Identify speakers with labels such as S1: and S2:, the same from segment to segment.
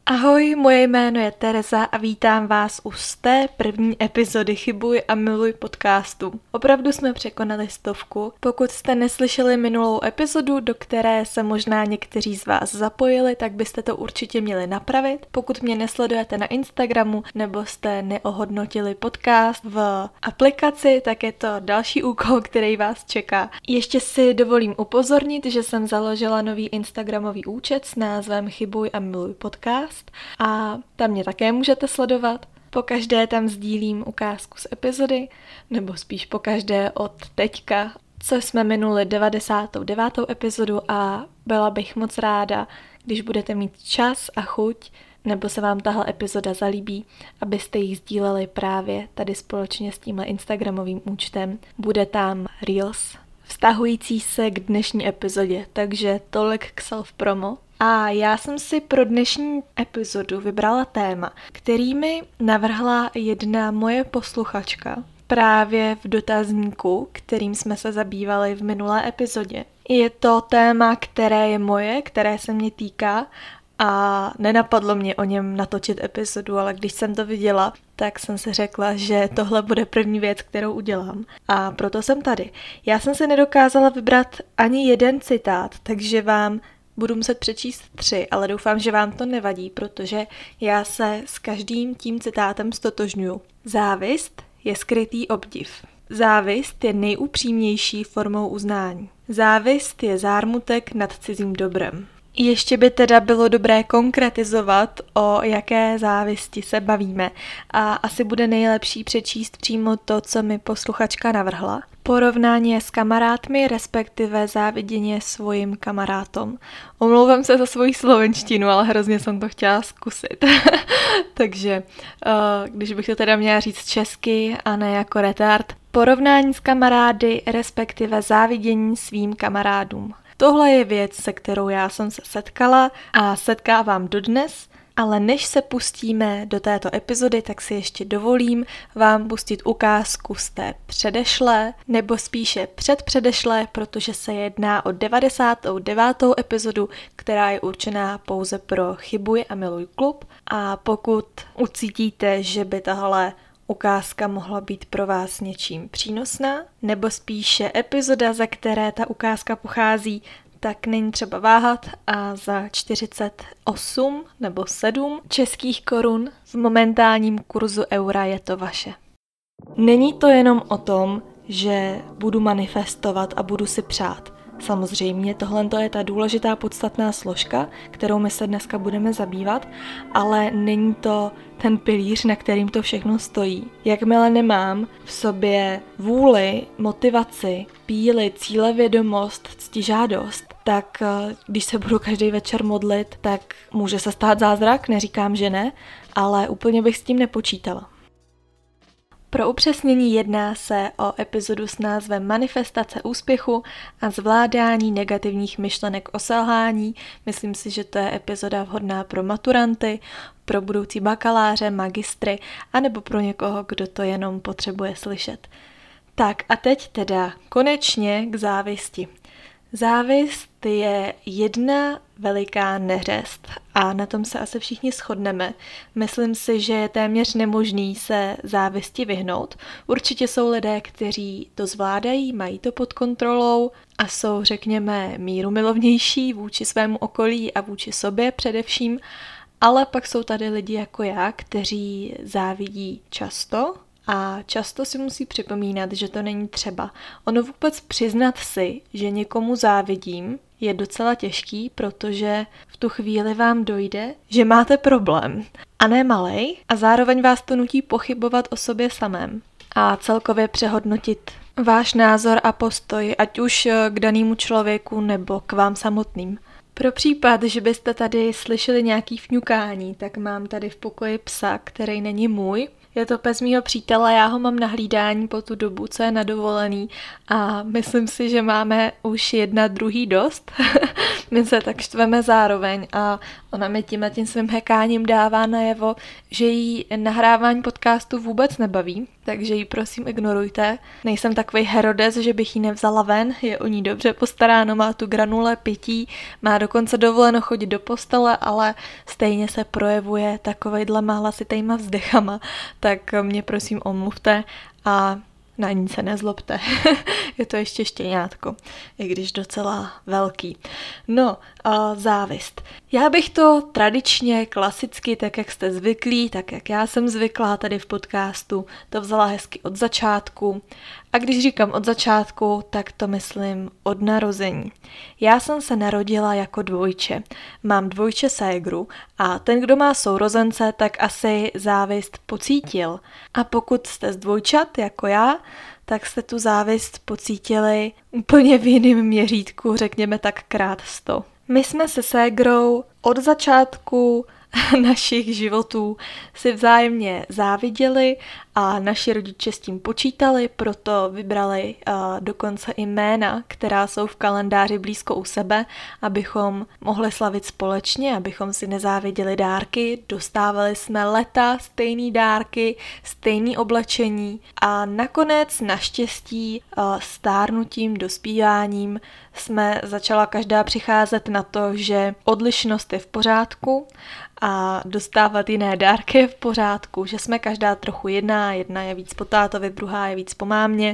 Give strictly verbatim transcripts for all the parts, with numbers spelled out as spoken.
S1: Ahoj, moje jméno je Tereza a vítám vás u sté první epizody Chybuj a miluj podcastu. Opravdu jsme překonali stovku. Pokud jste neslyšeli minulou epizodu, do které se možná někteří z vás zapojili, tak byste to určitě měli napravit. Pokud mě nesledujete na Instagramu nebo jste neohodnotili podcast v aplikaci, tak je to další úkol, který vás čeká. Ještě si dovolím upozornit, že jsem založila nový instagramový účet s názvem Chybuj a miluj podcast. A tam mě také můžete sledovat. Pokaždé tam sdílím ukázku z epizody, nebo spíš pokaždé od teďka, co jsme minuli devadesátou devátou epizodu a byla bych moc ráda, když budete mít čas a chuť, nebo se vám tahle epizoda zalíbí, abyste ji sdíleli právě tady společně s tímhle instagramovým účtem. Bude tam Reels, vztahující se k dnešní epizodě, takže tolik k self-promo. A já jsem si pro dnešní epizodu vybrala téma, který mi navrhla jedna moje posluchačka právě v dotazníku, kterým jsme se zabývali v minulé epizodě. Je to téma, které je moje, které se mě týká a nenapadlo mě o něm natočit epizodu, ale když jsem to viděla, tak jsem si řekla, že tohle bude první věc, kterou udělám. A proto jsem tady. Já jsem si nedokázala vybrat ani jeden citát, takže vám budu muset přečíst tři, ale doufám, že vám to nevadí, protože já se s každým tím citátem stotožňuju. Závist je skrytý obdiv. Závist je nejupřímnější formou uznání. Závist je zármutek nad cizím dobrem. Ještě by teda bylo dobré konkretizovat, o jaké závisti se bavíme a asi bude nejlepší přečíst přímo to, co mi posluchačka navrhla. Porovnání s kamarádmi, respektive záviděně svým kamarádům. Omlouvám se za svoji slovenštinu, ale hrozně jsem to chtěla zkusit. Takže když bych to teda měla říct česky a ne jako retard. Porovnání s kamarády, respektive závidění svým kamarádům. Tohle je věc, se kterou já jsem se setkala a setkávám dodnes, ale než se pustíme do této epizody, tak si ještě dovolím vám pustit ukázku z té předešlé, nebo spíše předpředešlé, protože se jedná o devadesátou devátou epizodu, která je určená pouze pro Chybuj a miluj klub. A pokud ucítíte, že by tahle ukázka mohla být pro vás něčím přínosná, nebo spíše epizoda, za které ta ukázka pochází, tak není třeba váhat a za čtyřicet osm nebo sedm českých korun v momentálním kurzu eura je to vaše. Není to jenom o tom, že budu manifestovat a budu si přát. Samozřejmě tohle je ta důležitá podstatná složka, kterou my se dneska budeme zabývat, ale není to ten pilíř, na kterým to všechno stojí. Jakmile nemám v sobě vůli, motivaci, píli, cílevědomost, ctižádost, tak když se budu každý večer modlit, tak může se stát zázrak, neříkám, že ne, ale úplně bych s tím nepočítala. Pro upřesnění jedná se o epizodu s názvem Manifestace úspěchu a zvládání negativních myšlenek o selhání. Myslím si, že to je epizoda vhodná pro maturanty, pro budoucí bakaláře, magistry, anebo pro někoho, kdo to jenom potřebuje slyšet. Tak a teď teda konečně k závisti. Závist je jedna veliká neřest a na tom se asi všichni shodneme. Myslím si, že je téměř nemožný se závisti vyhnout. Určitě jsou lidé, kteří to zvládají, mají to pod kontrolou a jsou, řekněme, mírumilovnější vůči svému okolí a vůči sobě především, ale pak jsou tady lidi jako já, kteří závidí často, a často si musí připomínat, že to není třeba. Ono vůbec přiznat si, že někomu závidím, je docela těžký, protože v tu chvíli vám dojde, že máte problém. A ne malej, a zároveň vás to nutí pochybovat o sobě samém. A celkově přehodnotit váš názor a postoj, ať už k danému člověku nebo k vám samotným. Pro případ, že byste tady slyšeli nějaký fňukání, tak mám tady v pokoji psa, který není můj. Je to pes mýho přítele, já ho mám na hlídání po tu dobu, co je na dovolený a myslím si, že máme už jedna druhý dost, my se tak štveme zároveň a ona mi tím a tím svým hekáním dává najevo, že jí nahrávání podcastu vůbec nebaví, takže ji prosím ignorujte. Nejsem takovej Herodes, že bych ji nevzala ven, je o ní dobře postaráno, má tu granule pití, má dokonce dovoleno chodit do postele, ale stejně se projevuje takovejhle hlasitejma vzdechama, tak mě prosím omluvte a na ní se nezlobte. Je to ještě štěňátko, i když docela velký. No, uh, závist. Já bych to tradičně, klasicky, tak jak jste zvyklí, tak jak já jsem zvyklá tady v podcastu, to vzala hezky od začátku. A když říkám od začátku, tak to myslím od narození. Já jsem se narodila jako dvojče. Mám dvojče ségru a ten, kdo má sourozence, tak asi závist pocítil. A pokud jste z dvojčat jako já, tak jste tu závist pocítili úplně v jiném měřítku, řekněme tak krát sto. My jsme se ségrou od začátku našich životů si vzájemně záviděli a naši rodiče s tím počítali, proto vybrali uh, dokonce i jména, která jsou v kalendáři blízko u sebe, abychom mohli slavit společně, abychom si nezáviděli dárky, dostávali jsme leta, stejný dárky, stejný oblečení a nakonec naštěstí uh, stárnutím, dospíváním jsme začala každá přicházet na to, že odlišnost je v pořádku a dostávat jiné dárky je v pořádku, že jsme každá trochu jedna, jedna je víc po tátovi, druhá je víc po mámě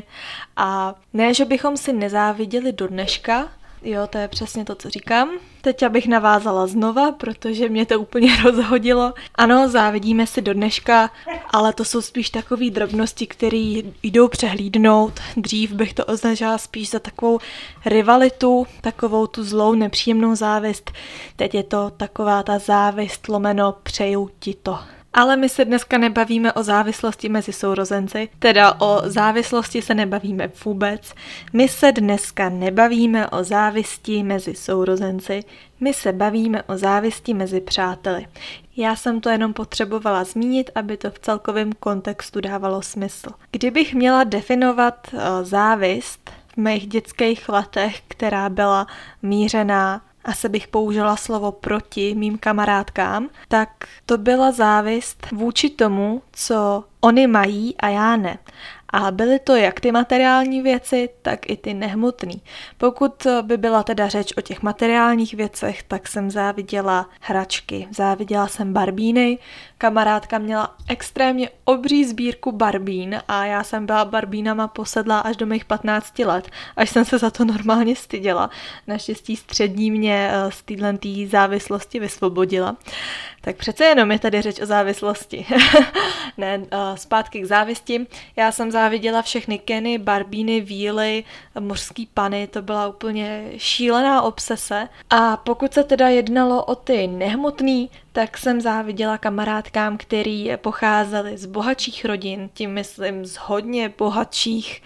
S1: a ne, že bychom si nezáviděli do dneška, jo, to je přesně to, co říkám. Teď abych navázala znova, protože mě to úplně rozhodilo. Ano, závidíme si do dneška, ale to jsou spíš takové drobnosti, které jdou přehlídnout. Dřív bych to označila spíš za takovou rivalitu, takovou tu zlou, nepříjemnou závist. Teď je to taková ta závist lomeno přeju ti to. Ale my se dneska nebavíme o závislosti mezi sourozenci, teda o závislosti se nebavíme vůbec. My se dneska nebavíme o závisti mezi sourozenci, my se bavíme o závisti mezi přáteli. Já jsem to jenom potřebovala zmínit, aby to v celkovém kontextu dávalo smysl. Kdybych měla definovat uh, závist v mých dětských letech, která byla mířená, asi bych použila slovo proti mým kamarádkám, tak to byla závist vůči tomu, co oni mají a já ne. A byly to jak ty materiální věci, tak i ty nehmotný. Pokud by byla teda řeč o těch materiálních věcech, tak jsem záviděla hračky. Záviděla jsem barbíny, kamarádka měla extrémně obří sbírku barbín a já jsem byla barbínama posedlá až do mých patnácti let, až jsem se za to normálně styděla. Naštěstí střední mě z této závislosti vysvobodila. Tak přece jenom je tady řeč o závislosti. Ne, zpátky k závisti. Já jsem záviděla všechny Keny, barbíny, víly, mořský pany, to byla úplně šílená obsese. A pokud se teda jednalo o ty nehmotný, tak jsem záviděla kamarádkám, který pocházeli z bohatších rodin, tím myslím z hodně bohatších,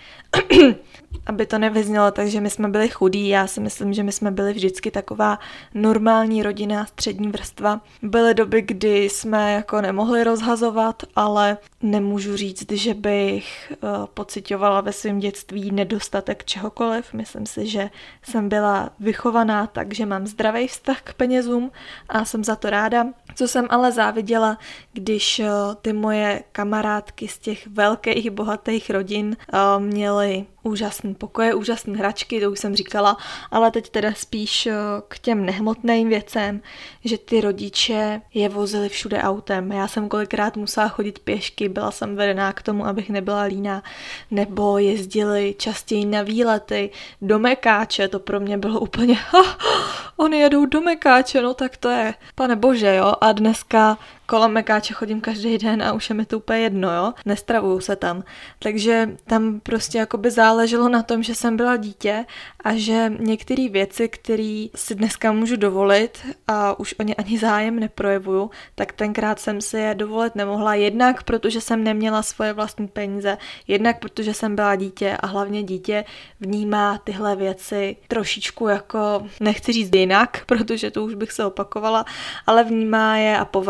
S1: aby to nevyznělo, takže my jsme byli chudí, já si myslím, že my jsme byli vždycky taková normální rodina, střední vrstva. Byly doby, kdy jsme jako nemohli rozhazovat, ale nemůžu říct, že bych uh, pociťovala ve svém dětství nedostatek čehokoliv. Myslím si, že jsem byla vychovaná tak, že mám zdravý vztah k penězům a jsem za to ráda. Co jsem ale záviděla, když uh, ty moje kamarádky z těch velkých, bohatých rodin uh, měly úžasný pokoje, úžasné hračky, to už jsem říkala, ale teď teda spíš k těm nehmotným věcem, že ty rodiče je vozili všude autem. Já jsem kolikrát musela chodit pěšky, byla jsem vedená k tomu, abych nebyla líná, nebo jezdili častěji na výlety do Mekáče, to pro mě bylo úplně, oh, oni jedou do Mekáče, no tak to je, pane bože, jo, a dneska kolem Mekáče chodím každý den a už je mi to úplně jedno, jo, nestravuju se tam. Takže tam prostě jakoby záleželo na tom, že jsem byla dítě a že některé věci, které si dneska můžu dovolit a už o ně ani zájem neprojevuju, tak tenkrát jsem si je dovolit nemohla, jednak protože jsem neměla svoje vlastní peníze, jednak protože jsem byla dítě a hlavně dítě vnímá tyhle věci trošičku jako, nechci říct jinak, protože to už bych se opakovala, ale vnímá je a považuje je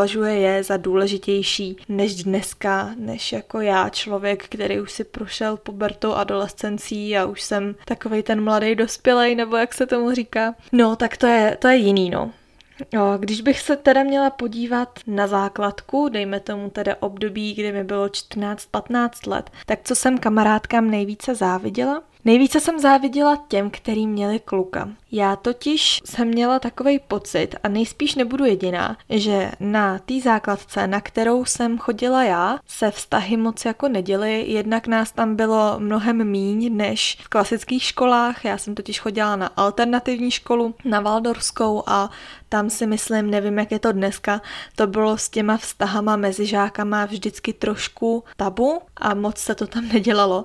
S1: je za důležitější než dneska, než jako já, člověk, který už si prošel pubertou, adolescencí a už jsem takovej ten mladý dospělej, nebo jak se tomu říká. No, tak to je, to je jiný, no. Když bych se teda měla podívat na základku, dejme tomu teda období, kdy mi bylo čtrnáct patnáct let, tak co jsem kamarádkám nejvíce záviděla? Nejvíce jsem záviděla těm, který měli kluka. Já totiž jsem měla takovej pocit, a nejspíš nebudu jediná, že na té základce, na kterou jsem chodila já, se vztahy moc jako neděly, jednak nás tam bylo mnohem míň než v klasických školách, já jsem totiž chodila na alternativní školu, na Waldorskou a tam si myslím, nevím jak je to dneska, to bylo s těma vztahama mezi žákama vždycky trošku tabu a moc se to tam nedělalo.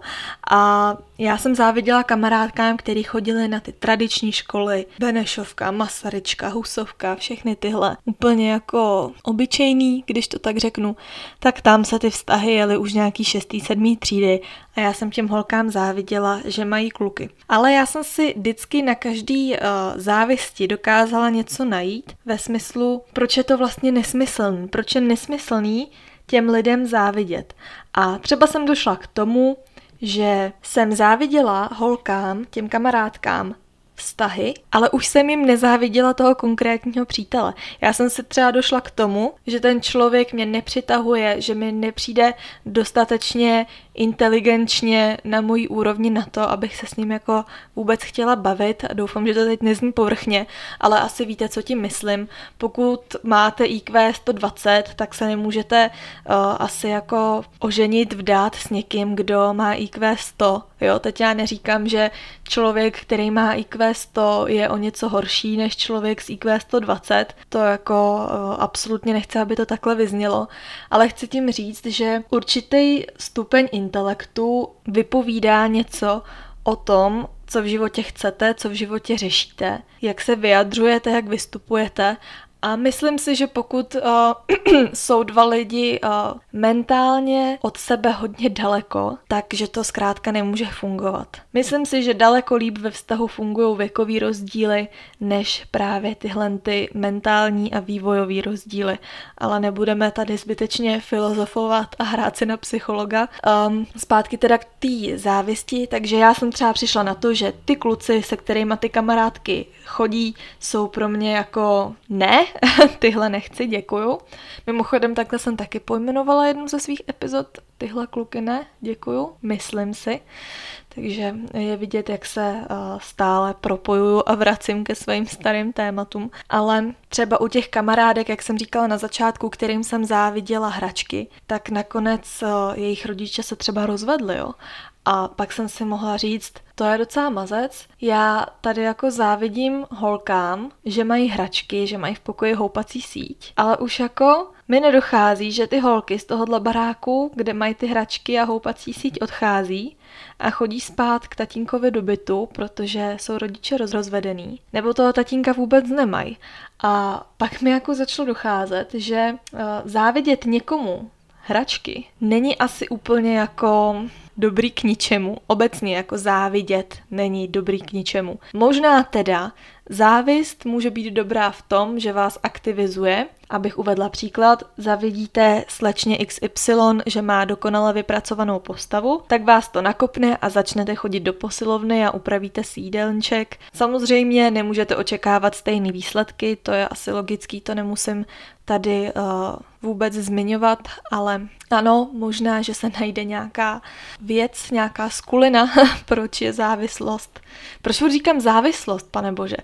S1: A já jsem záviděla kamarádkám, který chodili na ty tradiční školy, Benešovka, Masaryčka, Husovka, všechny tyhle, úplně jako obyčejný, když to tak řeknu, tak tam se ty vztahy jeli už nějaký šestý, sedmý třídy a já jsem těm holkám záviděla, že mají kluky. Ale já jsem si vždycky na každý uh, závisti dokázala něco najít ve smyslu, proč je to vlastně nesmyslný, proč je nesmyslný těm lidem závidět. A třeba jsem došla k tomu, že jsem záviděla holkám, těm kamarádkám, vztahy, ale už jsem jim nezáviděla toho konkrétního přítele. Já jsem si třeba došla k tomu, že ten člověk mě nepřitahuje, že mi nepřijde dostatečně inteligenčně na mojí úrovni na to, abych se s ním jako vůbec chtěla bavit a doufám, že to teď nezní povrchně, ale asi víte, co tím myslím. Pokud máte í kvé sto dvacet, tak se nemůžete uh, asi jako oženit, vdát s někým, kdo má í kvé sto. Jo, teď já neříkám, že člověk, který má í kvé sto, je o něco horší než člověk s í kvé sto dvacet. To jako uh, absolutně nechci, aby to takhle vyznělo, ale chci tím říct, že určitý stupeň intelektu vypovídá něco o tom, co v životě chcete, co v životě řešíte, jak se vyjadřujete, jak vystupujete. A myslím si, že pokud uh, jsou dva lidi uh, mentálně od sebe hodně daleko, takže to zkrátka nemůže fungovat. Myslím si, že daleko líp ve vztahu fungují věkový rozdíly, než právě tyhle ty mentální a vývojový rozdíly. Ale nebudeme tady zbytečně filozofovat a hrát si na psychologa. Um, zpátky teda k té závisti, takže já jsem třeba přišla na to, že ty kluci, se kterými ty kamarádky chodí, jsou pro mě jako ne, tyhle nechci, děkuju. Mimochodem takhle jsem taky pojmenovala jednu ze svých epizod, tyhle kluky ne, děkuju, myslím si. Takže je vidět, jak se stále propojuju a vracím ke svým starým tématům. Ale třeba u těch kamarádek, jak jsem říkala na začátku, kterým jsem záviděla hračky, tak nakonec jejich rodiče se třeba rozvedli, jo. A pak jsem si mohla říct, to je docela mazec, já tady jako závidím holkám, že mají hračky, že mají v pokoji houpací síť, ale už jako mi nedochází, že ty holky z tohohle baráku, kde mají ty hračky a houpací síť, odchází a chodí spát k tatínkovi do bytu, protože jsou rodiče rozvedený, nebo toho tatínka vůbec nemají. A pak mi jako začalo docházet, že uh, závidět někomu hračky není asi úplně jako dobrý k ničemu. Obecně jako závidět není dobrý k ničemu. Možná teda závist může být dobrá v tom, že vás aktivizuje. Abych uvedla příklad, zavidíte slečně iks ypsilon, že má dokonale vypracovanou postavu, tak vás to nakopne a začnete chodit do posilovny a upravíte si jídelníček. Samozřejmě nemůžete očekávat stejné výsledky, to je asi logický, to nemusím tady uh, vůbec zmiňovat, ale ano, možná, že se najde nějaká věc, nějaká skulina, proč je závislost. Proč říkám závislost, pane bože?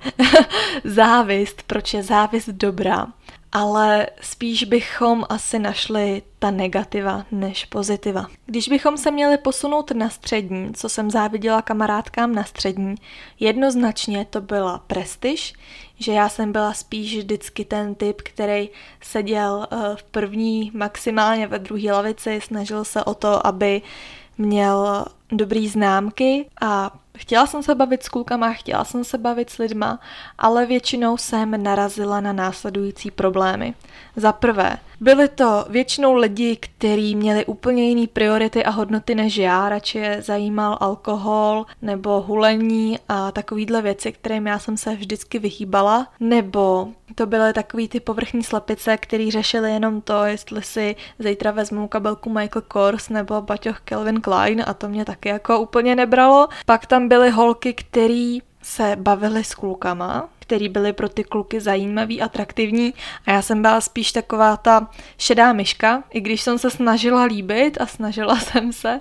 S1: Závist, proč je závist dobrá. Ale spíš bychom asi našli ta negativa než pozitiva. Když bychom se měli posunout na střední, co jsem záviděla kamarádkám na střední, jednoznačně to byla prestiž, že já jsem byla spíš vždycky ten typ, který seděl v první, maximálně ve druhé lavici, snažil se o to, aby měl dobrý známky a Chtěla jsem se bavit s klukama, chtěla jsem se bavit s lidma, ale většinou jsem narazila na následující problémy. Za prvé, byli to většinou lidi, kteří měli úplně jiný priority a hodnoty než já, radši je zajímal alkohol nebo hulení a takovýhle věci, kterým já jsem se vždycky vyhýbala, nebo to byly takový ty povrchní slepice, který řešili jenom to, jestli si zítra vezmou kabelku Michael Kors nebo baťoh Calvin Klein a to mě taky jako úplně nebralo. Pak tam byly holky, který se bavily s klukama, který byly pro ty kluky zajímavý, atraktivní a já jsem byla spíš taková ta šedá myška, i když jsem se snažila líbit a snažila jsem se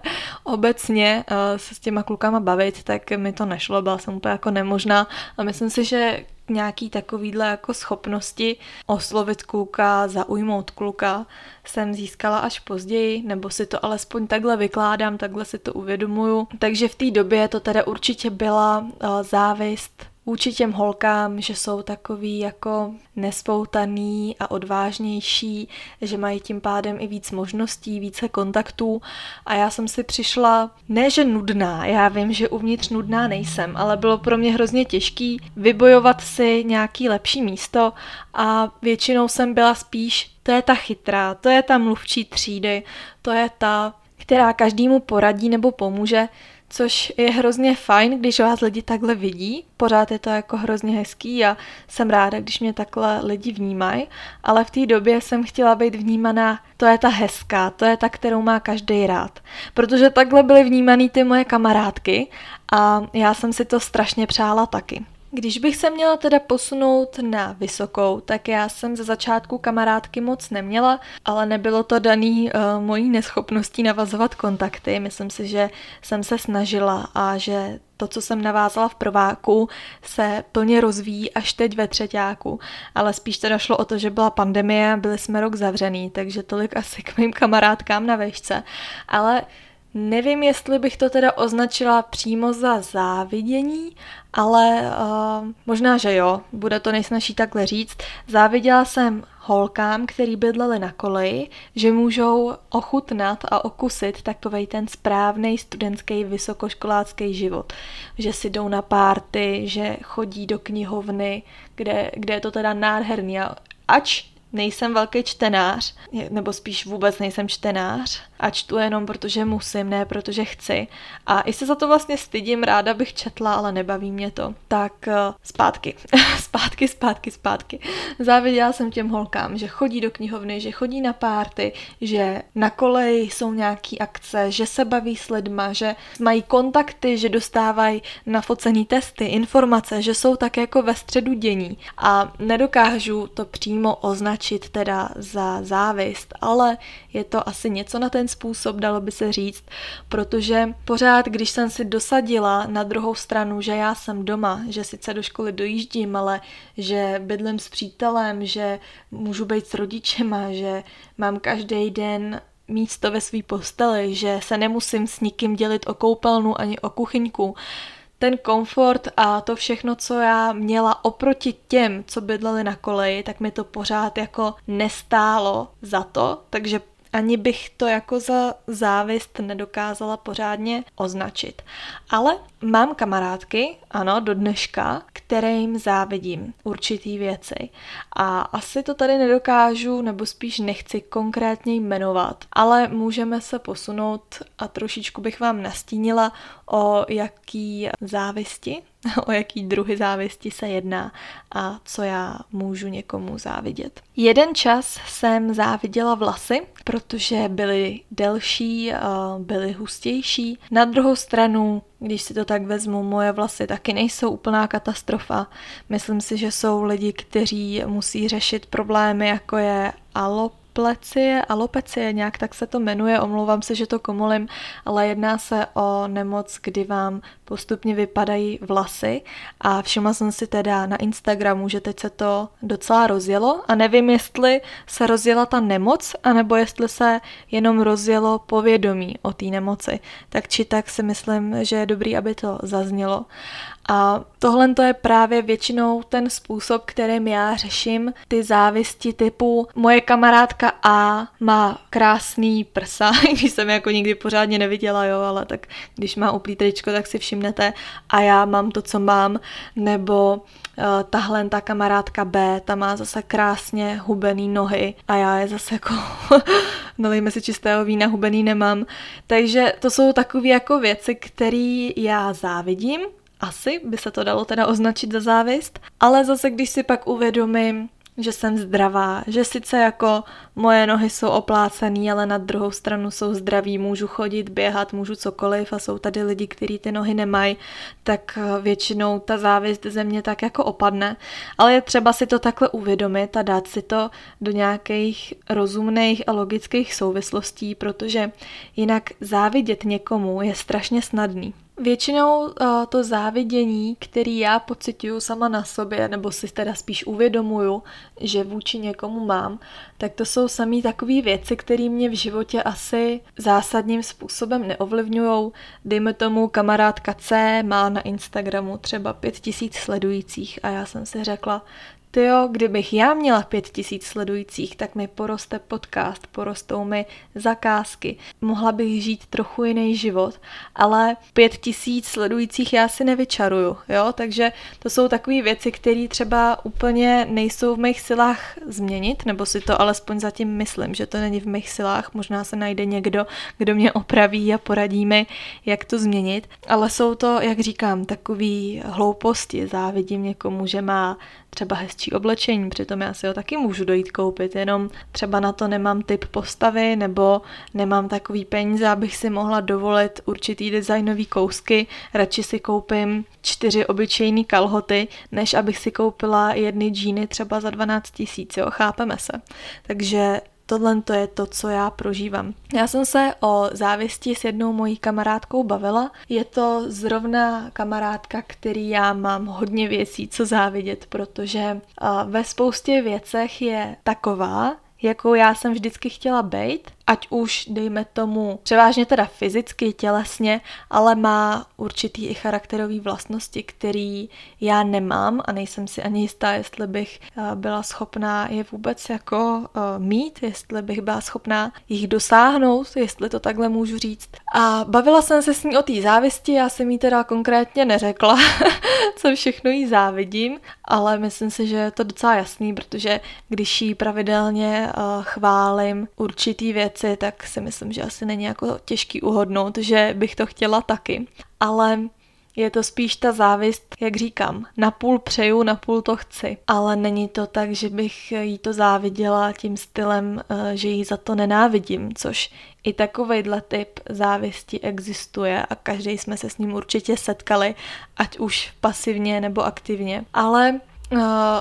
S1: obecně uh, se s těma klukama bavit, tak mi to nešlo, byla jsem úplně jako nemožná a myslím si, že nějaký takovýhle jako schopnosti oslovit kluka, zaujmout kluka jsem získala až později, nebo si to alespoň takhle vykládám, takhle si to uvědomuju. Takže v té době to teda určitě byla uh, závist vůči těm holkám, že jsou takový jako nespoutaný a odvážnější, že mají tím pádem i víc možností, více kontaktů a já jsem si přišla, ne že nudná, já vím, že uvnitř nudná nejsem, ale bylo pro mě hrozně těžký vybojovat si nějaký lepší místo a většinou jsem byla spíš, to je ta chytrá, to je ta mluvčí třídy, to je ta, která každému poradí nebo pomůže, což je hrozně fajn, když vás lidi takhle vidí. Pořád je to jako hrozně hezký a jsem ráda, když mě takhle lidi vnímají, ale v té době jsem chtěla být vnímaná, to je ta hezká, to je ta, kterou má každý rád. Protože takhle byly vnímaný ty moje kamarádky a já jsem si to strašně přála taky. Když bych se měla teda posunout na vysokou, tak já jsem ze začátku kamarádky moc neměla, ale nebylo to daný uh, mojí neschopností navazovat kontakty. Myslím si, že jsem se snažila a že to, co jsem navázala v prváku, se plně rozvíjí až teď ve třeťáku. Ale spíš teda šlo o to, že byla pandemie a byli jsme rok zavřený, takže tolik asi k mým kamarádkám na vejšce. Ale nevím, jestli bych to teda označila přímo za závidění, ale uh, možná, že jo, bude to nejsnažší takhle říct. Záviděla jsem holkám, který bydleli na koleji, že můžou ochutnat a okusit takovej ten správnej studentský vysokoškolácký život. Že si jdou na párty, že chodí do knihovny, kde, kde je to teda nádherný. A ač nejsem velký čtenář, nebo spíš vůbec nejsem čtenář a čtu jenom protože musím, ne protože chci. A i se za to vlastně stydím, ráda bych četla, ale nebaví mě to. Tak uh, zpátky, zpátky, zpátky, zpátky. Záviděla jsem těm holkám, že chodí do knihovny, že chodí na párty, že na koleji jsou nějaký akce, že se baví s lidma, že mají kontakty, že dostávají nafocený testy, informace, že jsou tak jako ve středu dění. A nedokážu to přímo označit teda za závist, ale je to asi něco na ten způsob, dalo by se říct, protože pořád, když jsem si dosadila na druhou stranu, že já jsem doma, že sice do školy dojíždím, ale že bydlím s přítelem, že můžu být s rodičema, že mám každý den místo ve své posteli, že se nemusím s nikým dělit o koupelnu ani o kuchyňku, ten komfort a to všechno, co já měla oproti těm, co bydleli na koleji, tak mi to pořád jako nestálo za to, takže ani bych to jako za závist nedokázala pořádně označit. Ale mám kamarádky, ano, do dneška, kterým závidím určitý věci. A asi to tady nedokážu, nebo spíš nechci konkrétně jmenovat, ale můžeme se posunout a trošičku bych vám nastínila, o jaký závisti, o jaký druhy závisti se jedná a co já můžu někomu závidět. Jeden čas jsem záviděla vlasy, protože byly delší, byly hustější. Na druhou stranu, když si to tak vezmu, moje vlasy taky nejsou úplná katastrofa. Myslím si, že jsou lidi, kteří musí řešit problémy, jako je alop, Plecie, alopecie, nějak tak se to jmenuje, omlouvám se, že to komolím, ale jedná se o nemoc, kdy vám postupně vypadají vlasy a všimla jsem si teda na Instagramu, že teď se to docela rozjelo a nevím, jestli se rozjela ta nemoc, anebo jestli se jenom rozjelo povědomí o té nemoci. Tak či tak si myslím, že je dobrý, aby to zaznělo. A tohle to je právě většinou ten způsob, kterým já řeším ty závisti typu moje kamarádka A má krásný prsa, když jsem jako nikdy pořádně neviděla, jo, ale tak když má uplý tričko, tak si všimnete a já mám to, co mám, nebo uh, tahle ta kamarádka B, ta má zase krásně hubený nohy a já je zase jako nalejme si čistého vína, hubený nemám. Takže to jsou takové jako věci, které já závidím. Asi by se to dalo teda označit za závist, ale zase když si pak uvědomím, že jsem zdravá, že sice jako moje nohy jsou oplácený, ale na druhou stranu jsou zdraví, můžu chodit, běhat, můžu cokoliv a jsou tady lidi, kteří ty nohy nemají, tak většinou ta závist ze mě tak jako opadne. Ale je třeba si to takhle uvědomit a dát si to do nějakých rozumných a logických souvislostí, protože jinak závidět někomu je strašně snadný. Většinou uh, to závidění, který já pociťuju sama na sobě, nebo si teda spíš uvědomuju, že vůči někomu mám, tak to jsou samý takové věci, které mě v životě asi zásadním způsobem neovlivňujou. Dejme tomu, kamarádka C má na Instagramu třeba pět tisíc sledujících a já jsem si řekla, tyjo, kdybych já měla pět tisíc sledujících, tak mi poroste podcast, porostou mi zakázky. Mohla bych žít trochu jiný život, ale pět tisíc sledujících já si nevyčaruju, jo? Takže to jsou takové věci, které třeba úplně nejsou v mých silách změnit, nebo si to alespoň zatím myslím, že to není v mých silách. Možná se najde někdo, kdo mě opraví a poradí mi, jak to změnit, ale jsou to, jak říkám, takové hlouposti. Závidím někomu, že má třeba hezčí oblečení, přitom já si ho taky můžu dojít koupit, jenom třeba na to nemám typ postavy nebo nemám takový peníze, abych si mohla dovolit určitý designový kousky, radši si koupím čtyři obyčejný kalhoty, než abych si koupila jedny džíny třeba za dvanáct tisíc, jo, chápeme se. Takže tohle to je to, co já prožívám. Já jsem se o závisti s jednou mojí kamarádkou bavila. Je to zrovna kamarádka, který já mám hodně věcí, co závidět, protože ve spoustě věcech je taková, jakou já jsem vždycky chtěla být, ať už dejme tomu převážně teda fyzicky, tělesně, ale má určitý i charakterový vlastnosti, který já nemám a nejsem si ani jistá, jestli bych byla schopná je vůbec jako mít, jestli bych byla schopná jich dosáhnout, jestli to takhle můžu říct. A bavila jsem se s ní o té závisti, já jsem jí teda konkrétně neřekla, co všechno jí závidím, ale myslím si, že je to docela jasný, protože když jí pravidelně chválím určitý věci, tak si myslím, že asi není jako těžký uhodnout, že bych to chtěla taky. Ale je to spíš ta závist, jak říkám, napůl přeju, napůl to chci. Ale není to tak, že bych jí to záviděla tím stylem, že jí za to nenávidím, což i takovejhle typ závisti existuje a každý jsme se s ním určitě setkali, ať už pasivně nebo aktivně. Ale uh,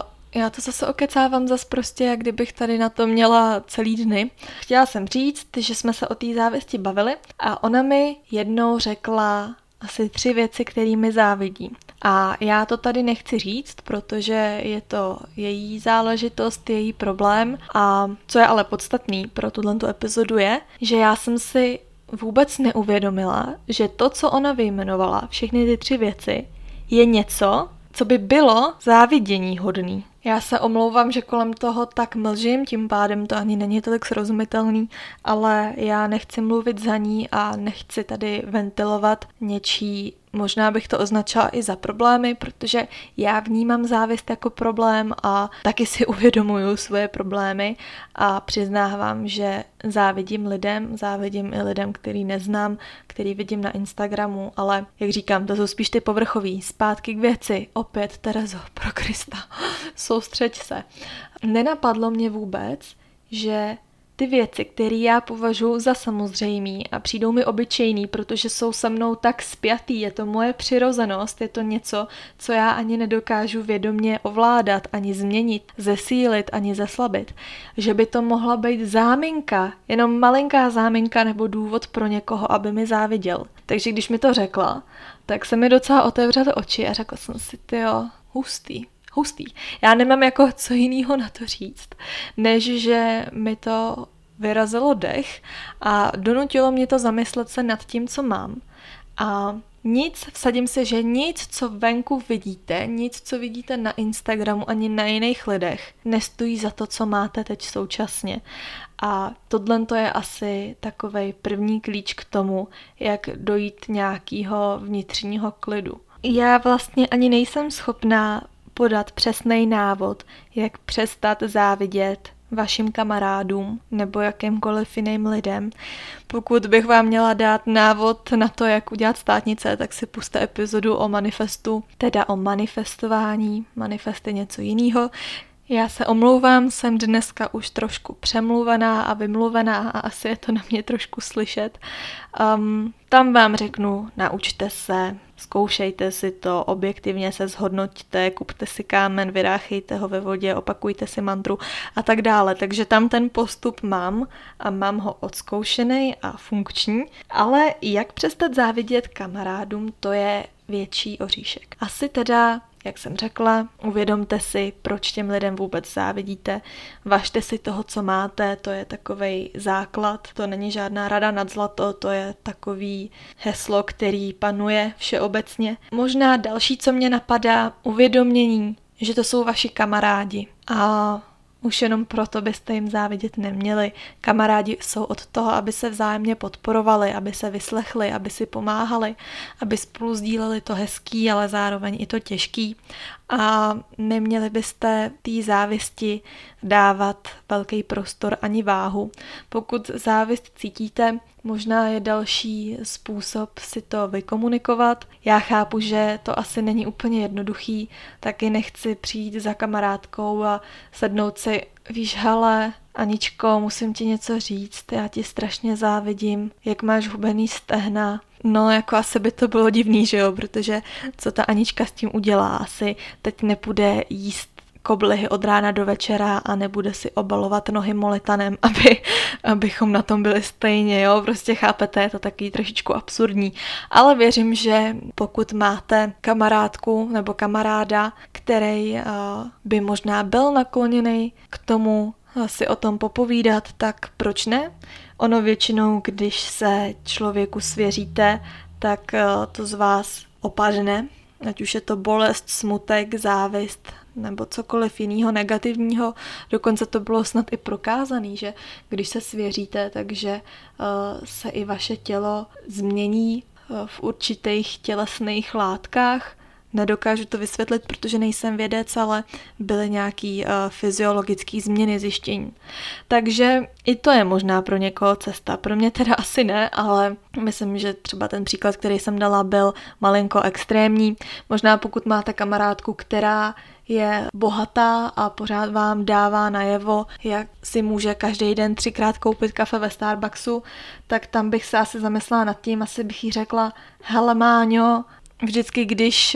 S1: já to zase okecávám zas prostě, jak kdybych tady na to měla celý dny. Chtěla jsem říct, že jsme se o té závisti bavili a ona mi jednou řekla asi tři věci, které mi závidí. A já to tady nechci říct, protože je to její záležitost, její problém. A co je ale podstatný pro tuto epizodu je, že já jsem si vůbec neuvědomila, že to, co ona vyjmenovala, všechny ty tři věci, je něco, co by bylo závidění hodný. Já se omlouvám, že kolem toho tak mlžím, tím pádem to ani není tolik srozumitelný, ale já nechci mluvit za ní a nechci tady ventilovat něčí, možná bych to označila i za problémy, protože já vnímám závist jako problém a taky si uvědomuju svoje problémy a přiznávám, že závidím lidem, závidím i lidem, který neznám, který vidím na Instagramu, ale jak říkám, to jsou spíš ty povrchový. Zpátky k věci, opět Terezo, pro Krista, soustřeď se. Nenapadlo mě vůbec, že ty věci, které já považuji za samozřejmý a přijdou mi obyčejný, protože jsou se mnou tak spjatý, je to moje přirozenost, je to něco, co já ani nedokážu vědomě ovládat, ani změnit, zesílit, ani zeslabit. Že by to mohla být záminka, jenom malinká záminka nebo důvod pro někoho, aby mi záviděl. Takže když mi to řekla, tak se mi docela otevřely oči a řekla jsem si, tyjo, hustý. Hustý. Já nemám jako co jinýho na to říct, než že mi to vyrazilo dech a donutilo mě to zamyslet se nad tím, co mám. A Nic, vsadím se, že nic, co venku vidíte, nic, co vidíte na Instagramu ani na jiných lidech, nestojí za to, co máte teď současně. A tohle to je asi takovej první klíč k tomu, jak dojít nějakého vnitřního klidu. Já vlastně ani nejsem schopná podat přesný návod, jak přestat závidět vašim kamarádům nebo jakýmkoliv jiným lidem. Pokud bych vám měla dát návod na to, jak udělat státnice, tak si puste epizodu o manifestu, teda o manifestování. Manifest je něco jiného. Já se omlouvám, jsem dneska už trošku přemluvená a vymluvená a asi je to na mě trošku slyšet. Um, tam vám řeknu, naučte se, zkoušejte si to, objektivně se zhodnoťte, kupte si kámen, vyráchejte ho ve vodě, opakujte si mantru a tak dále. Takže tam ten postup mám a mám ho odzkoušený a funkční, ale jak přestat závidět kamarádům, to je větší oříšek. Asi teda, jak jsem řekla, uvědomte si, proč těm lidem vůbec závidíte, važte si toho, co máte, to je takovej základ, to není žádná rada nad zlato, to je takový heslo, který panuje všeobecně. Možná další, co mě napadá, uvědomění, že to jsou vaši kamarádi a už jenom proto byste jim závidět neměli. Kamarádi jsou od toho, aby se vzájemně podporovali, aby se vyslechli, aby si pomáhali, aby spolu sdíleli to hezký, ale zároveň i to těžký. A neměli byste té závisti dávat velký prostor ani váhu. Pokud závist cítíte, možná je další způsob si to vykomunikovat. Já chápu, že to asi není úplně jednoduchý, taky nechci přijít za kamarádkou a sednout si, víš, hele, Aničko, musím ti něco říct, já ti strašně závidím, jak máš hubený stehna. No, jako asi by to bylo divný, že jo, protože co ta Anička s tím udělá, asi teď nepůjde jíst koblihy od rána do večera a nebude si obalovat nohy molitanem, aby, abychom na tom byli stejně, jo, prostě chápete, je to taky trošičku absurdní, ale věřím, že pokud máte kamarádku nebo kamaráda, který uh, by možná byl nakloněný k tomu si o tom popovídat, tak proč ne? Ono většinou, když se člověku svěříte, tak uh, to z vás opadne, ať už je to bolest, smutek, závist nebo cokoliv jiného negativního. Dokonce to bylo snad i prokázané, že když se svěříte, takže uh, se i vaše tělo změní uh, v určitých tělesných látkách. Nedokážu to vysvětlit, protože nejsem vědec, ale byly nějaký uh, fyziologické změny zjištění. Takže i to je možná pro někoho cesta. Pro mě teda asi ne, ale myslím, že třeba ten příklad, který jsem dala, byl malinko extrémní. Možná pokud máte kamarádku, která je bohatá a pořád vám dává najevo, jak si může každý den třikrát koupit kafe ve Starbucksu, tak tam bych se asi zamyslela nad tím, asi bych jí řekla, hele Máňo, vždycky, když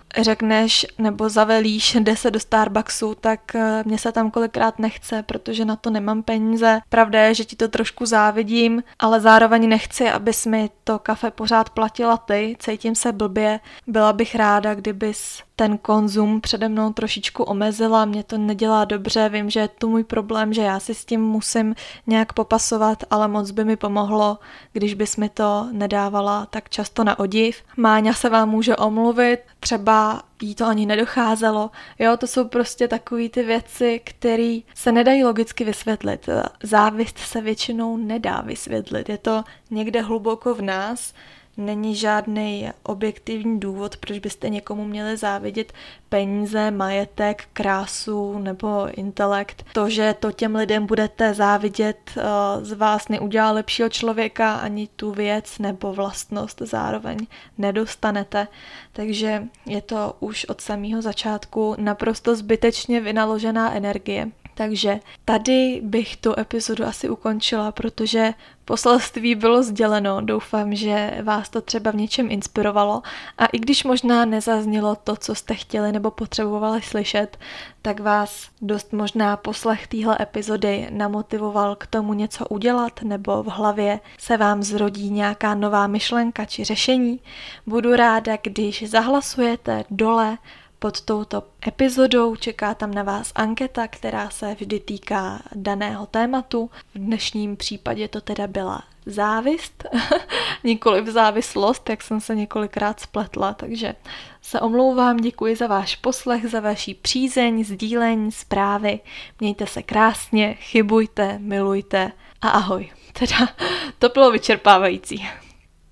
S1: řekneš nebo zavelíš, jde se do Starbucksu, tak mě se tam kolikrát nechce, protože na to nemám peníze. Pravda je, že ti to trošku závidím, ale zároveň nechci, abys mi to kafe pořád platila ty, cítím se blbě. Byla bych ráda, kdybys ten konzum přede mnou trošičku omezila, mě to nedělá dobře, vím, že je to můj problém, že já si s tím musím nějak popasovat, ale moc by mi pomohlo, když bys mi to nedávala tak často na odiv. Máňa se vám může omluvit, třeba jí to ani nedocházelo. Jo, to jsou prostě takové ty věci, které se nedají logicky vysvětlit. Závist se většinou nedá vysvětlit. Je to někde hluboko v nás, není žádný objektivní důvod, proč byste někomu měli závidět peníze, majetek, krásu nebo intelekt. To, že to těm lidem budete závidět, z vás neudělá lepšího člověka, ani tu věc nebo vlastnost zároveň nedostanete. Takže je to už od samého začátku naprosto zbytečně vynaložená energie. Takže tady bych tu epizodu asi ukončila, protože poselství bylo sděleno. Doufám, že vás to třeba v něčem inspirovalo a i když možná nezaznělo to, co jste chtěli nebo potřebovali slyšet, tak vás dost možná poslech téhle epizody namotivoval k tomu něco udělat nebo v hlavě se vám zrodí nějaká nová myšlenka či řešení. Budu ráda, když zahlasujete dole pod touto epizodou, čeká tam na vás anketa, která se vždy týká daného tématu. V dnešním případě to teda byla závist, nikoli v závislost, jak jsem se několikrát spletla, takže se omlouvám, děkuji za váš poslech, za vaši přízeň, sdílení, zprávy, mějte se krásně, chybujte, milujte a ahoj. Teda to bylo vyčerpávající.